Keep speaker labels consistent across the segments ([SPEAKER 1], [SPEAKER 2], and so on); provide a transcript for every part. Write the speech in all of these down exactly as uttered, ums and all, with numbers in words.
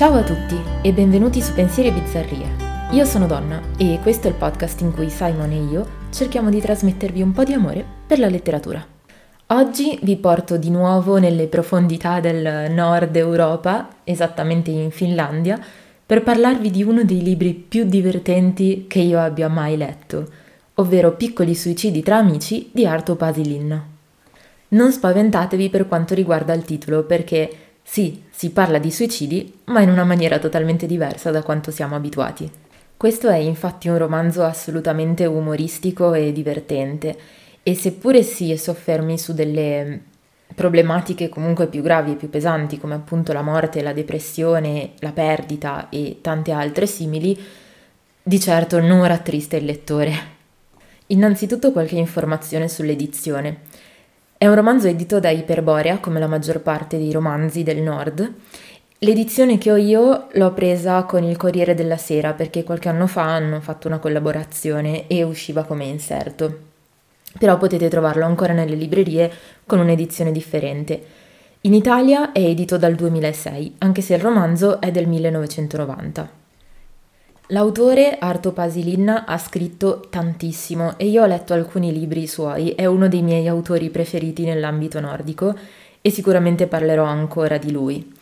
[SPEAKER 1] Ciao a tutti e benvenuti su Pensieri e Bizzarrie. Io sono Donna e questo è il podcast in cui Simon e io cerchiamo di trasmettervi un po' di amore per la letteratura. Oggi vi porto di nuovo nelle profondità del nord Europa, esattamente in Finlandia, per parlarvi di uno dei libri più divertenti che io abbia mai letto, ovvero Piccoli suicidi tra amici di Arto Paasilinna. Non spaventatevi per quanto riguarda il titolo, perché sì, si parla di suicidi, ma in una maniera totalmente diversa da quanto siamo abituati. Questo è infatti un romanzo assolutamente umoristico e divertente, e seppure si soffermi su delle problematiche comunque più gravi e più pesanti, come appunto la morte, la depressione, la perdita e tante altre simili, di certo non rattrista il lettore. Innanzitutto qualche informazione sull'edizione. È un romanzo edito da Iperborea, come la maggior parte dei romanzi del Nord. L'edizione che ho io l'ho presa con il Corriere della Sera perché qualche anno fa hanno fatto una collaborazione e usciva come inserto. Però potete trovarlo ancora nelle librerie con un'edizione differente. In Italia è edito dal duemilasei, anche se il romanzo è del millenovecentonovanta. L'autore, Arto Paasilinna, ha scritto tantissimo e io ho letto alcuni libri suoi, è uno dei miei autori preferiti nell'ambito nordico e sicuramente parlerò ancora di lui.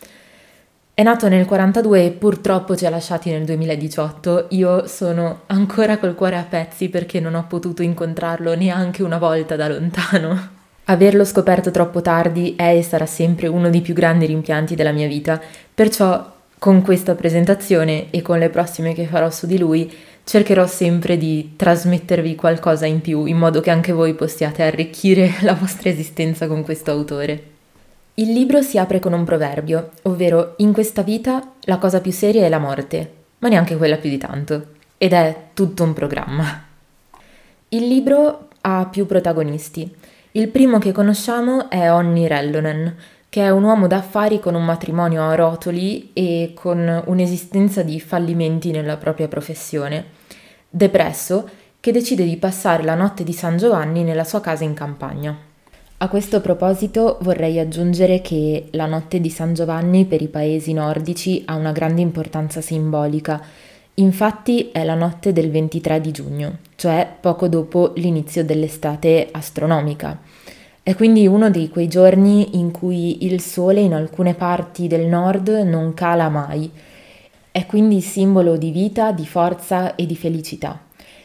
[SPEAKER 1] È nato nel quarantadue e purtroppo ci ha lasciati nel duemiladiciotto, io sono ancora col cuore a pezzi perché non ho potuto incontrarlo neanche una volta da lontano. Averlo scoperto troppo tardi è e sarà sempre uno dei più grandi rimpianti della mia vita, perciò con questa presentazione e con le prossime che farò su di lui cercherò sempre di trasmettervi qualcosa in più in modo che anche voi possiate arricchire la vostra esistenza con questo autore. Il libro si apre con un proverbio, ovvero in questa vita la cosa più seria è la morte, ma neanche quella più di tanto, ed è tutto un programma. Il libro ha più protagonisti. Il primo che conosciamo è Onni Rellonen, che è un uomo d'affari con un matrimonio a rotoli e con un'esistenza di fallimenti nella propria professione, depresso, che decide di passare la notte di San Giovanni nella sua casa in campagna. A questo proposito vorrei aggiungere che la notte di San Giovanni per i paesi nordici ha una grande importanza simbolica, infatti è la notte del ventitré di giugno, cioè poco dopo l'inizio dell'estate astronomica. È quindi uno di quei giorni in cui il sole in alcune parti del nord non cala mai. È quindi simbolo di vita, di forza e di felicità.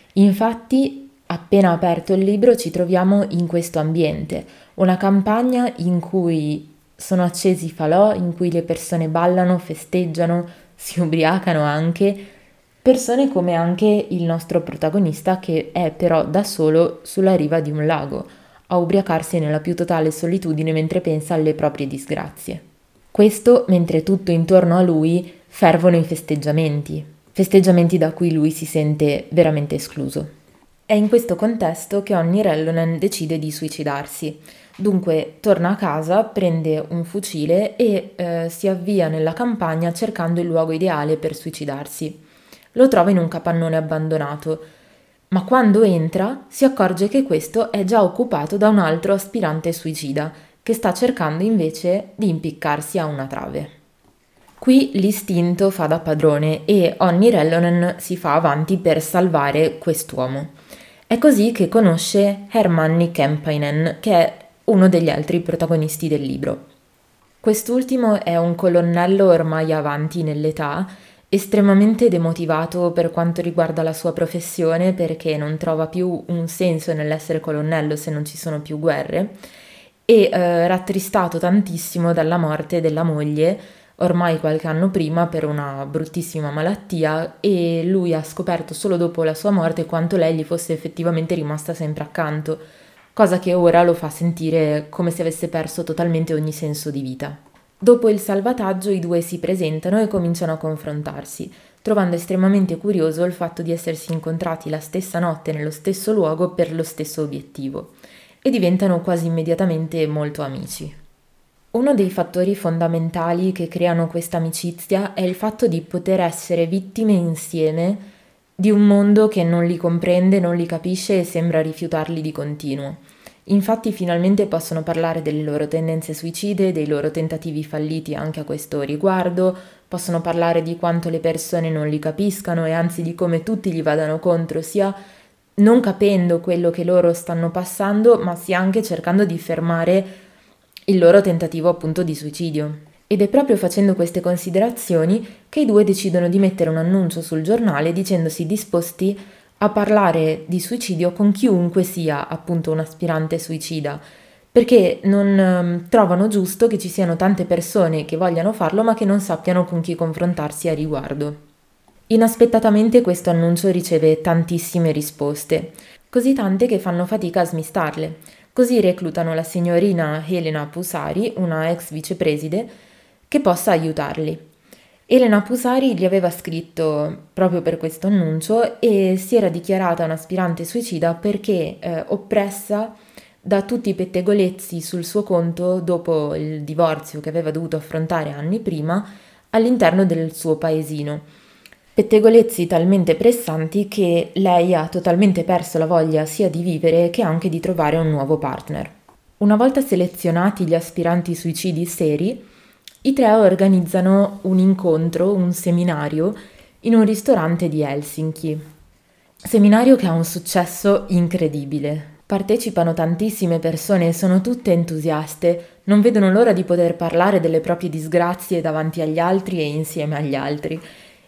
[SPEAKER 1] Infatti, appena aperto il libro ci troviamo in questo ambiente, una campagna in cui sono accesi falò, in cui le persone ballano, festeggiano, si ubriacano anche, persone come anche il nostro protagonista che è però da solo sulla riva di un lago, a ubriacarsi nella più totale solitudine mentre pensa alle proprie disgrazie. Questo mentre tutto intorno a lui fervono i festeggiamenti, festeggiamenti da cui lui si sente veramente escluso. È in questo contesto che Onni Rellonen decide di suicidarsi. Dunque torna a casa, prende un fucile e eh, si avvia nella campagna cercando il luogo ideale per suicidarsi. Lo trova in un capannone abbandonato, ma quando entra si accorge che questo è già occupato da un altro aspirante suicida, che sta cercando invece di impiccarsi a una trave. Qui l'istinto fa da padrone e Onni Rellonen si fa avanti per salvare quest'uomo. È così che conosce Hermanni Kemppainen, che è uno degli altri protagonisti del libro. Quest'ultimo è un colonnello ormai avanti nell'età, estremamente demotivato per quanto riguarda la sua professione perché non trova più un senso nell'essere colonnello se non ci sono più guerre e eh, rattristato tantissimo dalla morte della moglie ormai qualche anno prima per una bruttissima malattia e lui ha scoperto solo dopo la sua morte quanto lei gli fosse effettivamente rimasta sempre accanto, cosa che ora lo fa sentire come se avesse perso totalmente ogni senso di vita. Dopo il salvataggio i due si presentano e cominciano a confrontarsi, trovando estremamente curioso il fatto di essersi incontrati la stessa notte nello stesso luogo per lo stesso obiettivo, e diventano quasi immediatamente molto amici. Uno dei fattori fondamentali che creano questa amicizia è il fatto di poter essere vittime insieme di un mondo che non li comprende, non li capisce e sembra rifiutarli di continuo. Infatti finalmente possono parlare delle loro tendenze suicide, dei loro tentativi falliti anche a questo riguardo, possono parlare di quanto le persone non li capiscano e anzi di come tutti gli vadano contro, sia non capendo quello che loro stanno passando, ma sia anche cercando di fermare il loro tentativo appunto di suicidio. Ed è proprio facendo queste considerazioni che i due decidono di mettere un annuncio sul giornale dicendosi disposti a parlare di suicidio con chiunque sia appunto un aspirante suicida, perché non um, trovano giusto che ci siano tante persone che vogliano farlo ma che non sappiano con chi confrontarsi a riguardo. Inaspettatamente questo annuncio riceve tantissime risposte, così tante che fanno fatica a smistarle. Così reclutano la signorina Elena Pusari, una ex vicepreside, che possa aiutarli. Elena Pusari gli aveva scritto proprio per questo annuncio e si era dichiarata un'aspirante suicida perché eh, oppressa da tutti i pettegolezzi sul suo conto dopo il divorzio che aveva dovuto affrontare anni prima all'interno del suo paesino. Pettegolezzi talmente pressanti che lei ha totalmente perso la voglia sia di vivere che anche di trovare un nuovo partner. Una volta selezionati gli aspiranti suicidi seri, i tre organizzano un incontro, un seminario, in un ristorante di Helsinki. Seminario che ha un successo incredibile. Partecipano tantissime persone e sono tutte entusiaste, non vedono l'ora di poter parlare delle proprie disgrazie davanti agli altri e insieme agli altri.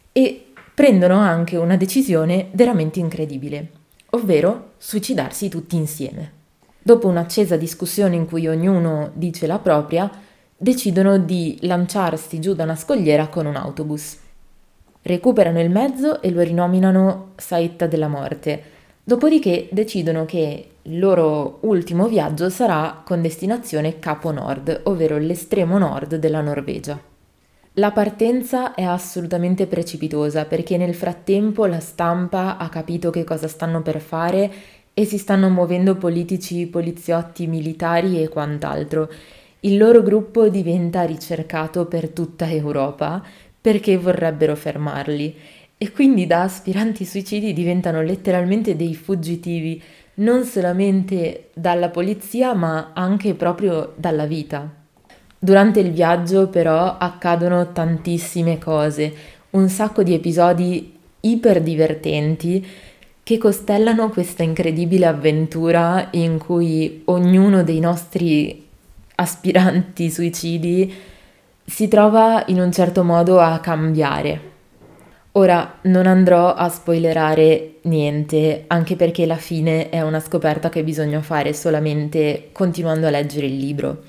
[SPEAKER 1] E prendono anche una decisione veramente incredibile, ovvero suicidarsi tutti insieme. Dopo un'accesa discussione in cui ognuno dice la propria, decidono di lanciarsi giù da una scogliera con un autobus. Recuperano il mezzo e lo rinominano Saetta della Morte, dopodiché decidono che il loro ultimo viaggio sarà con destinazione Capo Nord, ovvero l'estremo nord della Norvegia. La partenza è assolutamente precipitosa perché nel frattempo la stampa ha capito che cosa stanno per fare e si stanno muovendo politici, poliziotti, militari e quant'altro. Il loro gruppo diventa ricercato per tutta Europa perché vorrebbero fermarli e quindi da aspiranti suicidi diventano letteralmente dei fuggitivi, non solamente dalla polizia ma anche proprio dalla vita. Durante il viaggio però accadono tantissime cose, un sacco di episodi iper divertenti che costellano questa incredibile avventura in cui ognuno dei nostri aspiranti suicidi si trova in un certo modo a cambiare. Ora non andrò a spoilerare niente, anche perché la fine è una scoperta che bisogna fare solamente continuando a leggere il libro.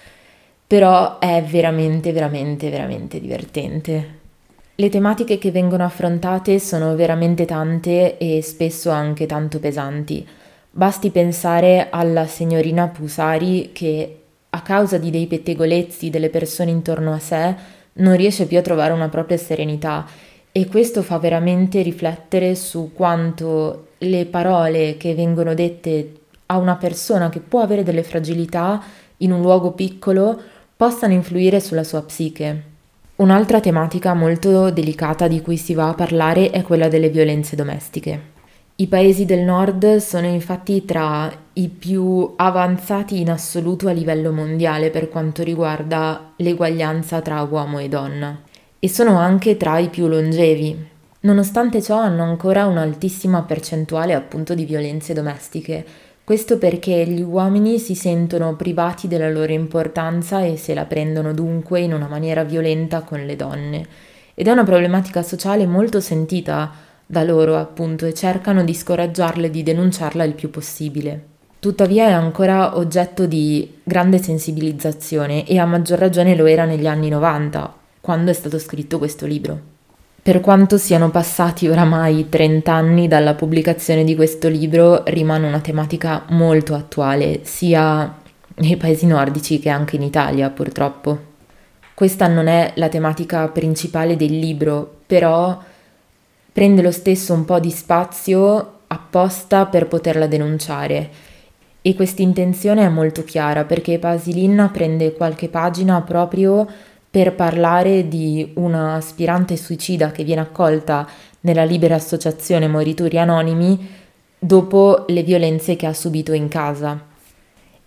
[SPEAKER 1] Però è veramente, veramente, veramente divertente. Le tematiche che vengono affrontate sono veramente tante e spesso anche tanto pesanti. Basti pensare alla signorina Pusari che, a causa di dei pettegolezzi delle persone intorno a sé, non riesce più a trovare una propria serenità e questo fa veramente riflettere su quanto le parole che vengono dette a una persona che può avere delle fragilità in un luogo piccolo possano influire sulla sua psiche. Un'altra tematica molto delicata di cui si va a parlare è quella delle violenze domestiche. I paesi del nord sono infatti tra i più avanzati in assoluto a livello mondiale per quanto riguarda l'eguaglianza tra uomo e donna e sono anche tra i più longevi. Nonostante ciò hanno ancora un'altissima percentuale appunto di violenze domestiche. Questo perché gli uomini si sentono privati della loro importanza e se la prendono dunque in una maniera violenta con le donne. Ed è una problematica sociale molto sentita da loro, appunto, e cercano di scoraggiarle e di denunciarla il più possibile. Tuttavia è ancora oggetto di grande sensibilizzazione e a maggior ragione lo era negli anni novanta, quando è stato scritto questo libro. Per quanto siano passati oramai trenta anni dalla pubblicazione di questo libro, rimane una tematica molto attuale, sia nei paesi nordici che anche in Italia, purtroppo. Questa non è la tematica principale del libro, però prende lo stesso un po' di spazio apposta per poterla denunciare. E questa intenzione è molto chiara, perché Pasilin prende qualche pagina proprio per parlare di una aspirante suicida che viene accolta nella libera associazione Morituri Anonimi dopo le violenze che ha subito in casa.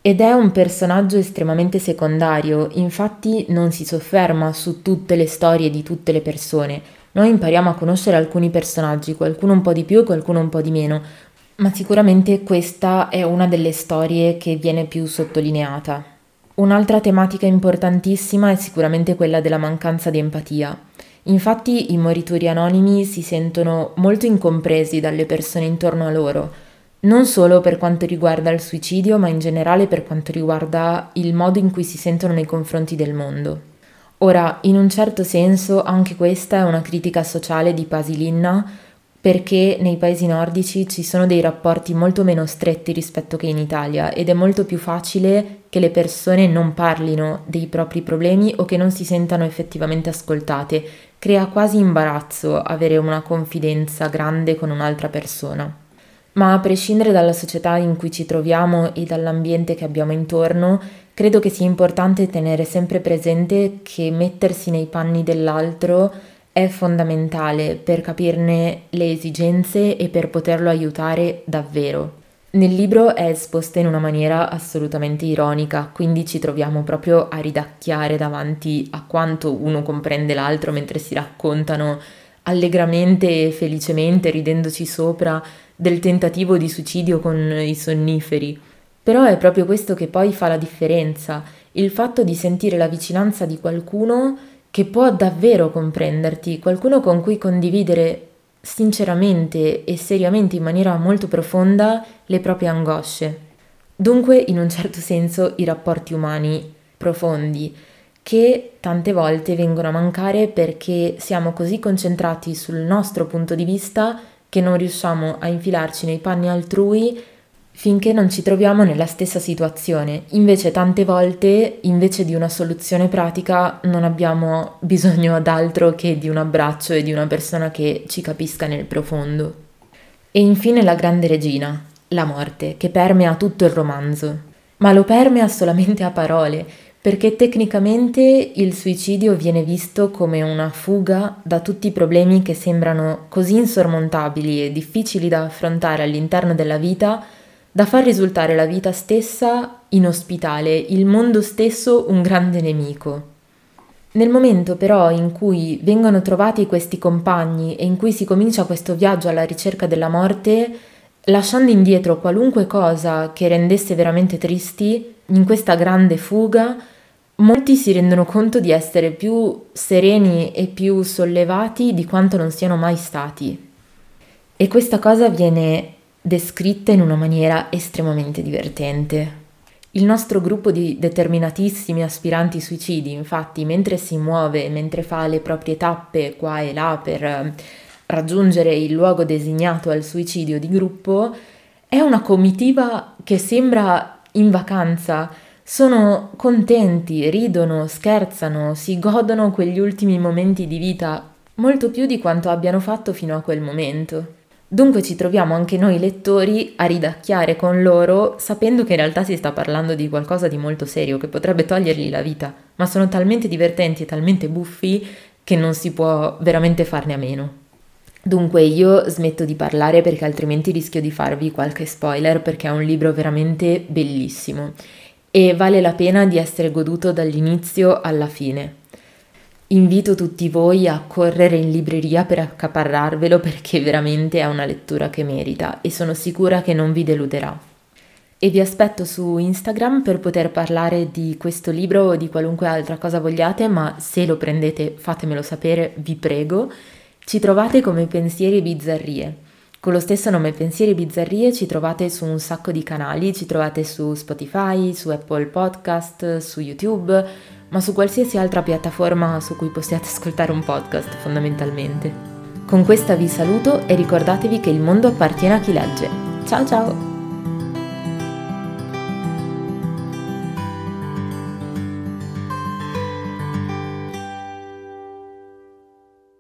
[SPEAKER 1] Ed è un personaggio estremamente secondario, infatti non si sofferma su tutte le storie di tutte le persone. Noi impariamo a conoscere alcuni personaggi, qualcuno un po' di più e qualcuno un po' di meno, ma sicuramente questa è una delle storie che viene più sottolineata. Un'altra tematica importantissima è sicuramente quella della mancanza di empatia. Infatti i moritori anonimi si sentono molto incompresi dalle persone intorno a loro, non solo per quanto riguarda il suicidio, ma in generale per quanto riguarda il modo in cui si sentono nei confronti del mondo. Ora, in un certo senso, anche questa è una critica sociale di Paasilinna, perché nei paesi nordici ci sono dei rapporti molto meno stretti rispetto che in Italia ed è molto più facile che le persone non parlino dei propri problemi o che non si sentano effettivamente ascoltate. Crea quasi imbarazzo avere una confidenza grande con un'altra persona. Ma a prescindere dalla società in cui ci troviamo e dall'ambiente che abbiamo intorno, credo che sia importante tenere sempre presente che mettersi nei panni dell'altro è fondamentale per capirne le esigenze e per poterlo aiutare davvero. Nel libro è esposta in una maniera assolutamente ironica, quindi ci troviamo proprio a ridacchiare davanti a quanto uno comprende l'altro mentre si raccontano allegramente e felicemente, ridendoci sopra, del tentativo di suicidio con i sonniferi. Però è proprio questo che poi fa la differenza, il fatto di sentire la vicinanza di qualcuno che può davvero comprenderti, qualcuno con cui condividere sinceramente e seriamente in maniera molto profonda le proprie angosce. Dunque, in un certo senso, i rapporti umani profondi, che tante volte vengono a mancare perché siamo così concentrati sul nostro punto di vista che non riusciamo a infilarci nei panni altrui finché non ci troviamo nella stessa situazione. Invece tante volte, invece di una soluzione pratica, non abbiamo bisogno d'altro che di un abbraccio e di una persona che ci capisca nel profondo. E infine la grande regina, la morte, che permea tutto il romanzo. Ma lo permea solamente a parole, perché tecnicamente il suicidio viene visto come una fuga da tutti i problemi che sembrano così insormontabili e difficili da affrontare all'interno della vita, da far risultare la vita stessa inospitale, il mondo stesso un grande nemico. Nel momento però in cui vengono trovati questi compagni e in cui si comincia questo viaggio alla ricerca della morte, lasciando indietro qualunque cosa che rendesse veramente tristi, in questa grande fuga, molti si rendono conto di essere più sereni e più sollevati di quanto non siano mai stati. E questa cosa viene descritta in una maniera estremamente divertente. Il nostro gruppo di determinatissimi aspiranti suicidi, infatti, mentre si muove, mentre fa le proprie tappe qua e là per raggiungere il luogo designato al suicidio di gruppo, è una comitiva che sembra in vacanza. Sono contenti, ridono, scherzano, si godono quegli ultimi momenti di vita, molto più di quanto abbiano fatto fino a quel momento. Dunque ci troviamo anche noi lettori a ridacchiare con loro, sapendo che in realtà si sta parlando di qualcosa di molto serio, che potrebbe togliergli la vita, ma sono talmente divertenti e talmente buffi che non si può veramente farne a meno. Dunque io smetto di parlare perché altrimenti rischio di farvi qualche spoiler, perché è un libro veramente bellissimo e vale la pena di essere goduto dall'inizio alla fine. Invito tutti voi a correre in libreria per accaparrarvelo perché veramente è una lettura che merita e sono sicura che non vi deluderà. E vi aspetto su Instagram per poter parlare di questo libro o di qualunque altra cosa vogliate, ma se lo prendete fatemelo sapere, vi prego. Ci trovate come Pensieri e Bizzarrie. Con lo stesso nome Pensieri e Bizzarrie ci trovate su un sacco di canali, ci trovate su Spotify, su Apple Podcast, su YouTube, ma su qualsiasi altra piattaforma su cui possiate ascoltare un podcast, fondamentalmente. Con questa vi saluto e ricordatevi che il mondo appartiene a chi legge. Ciao ciao!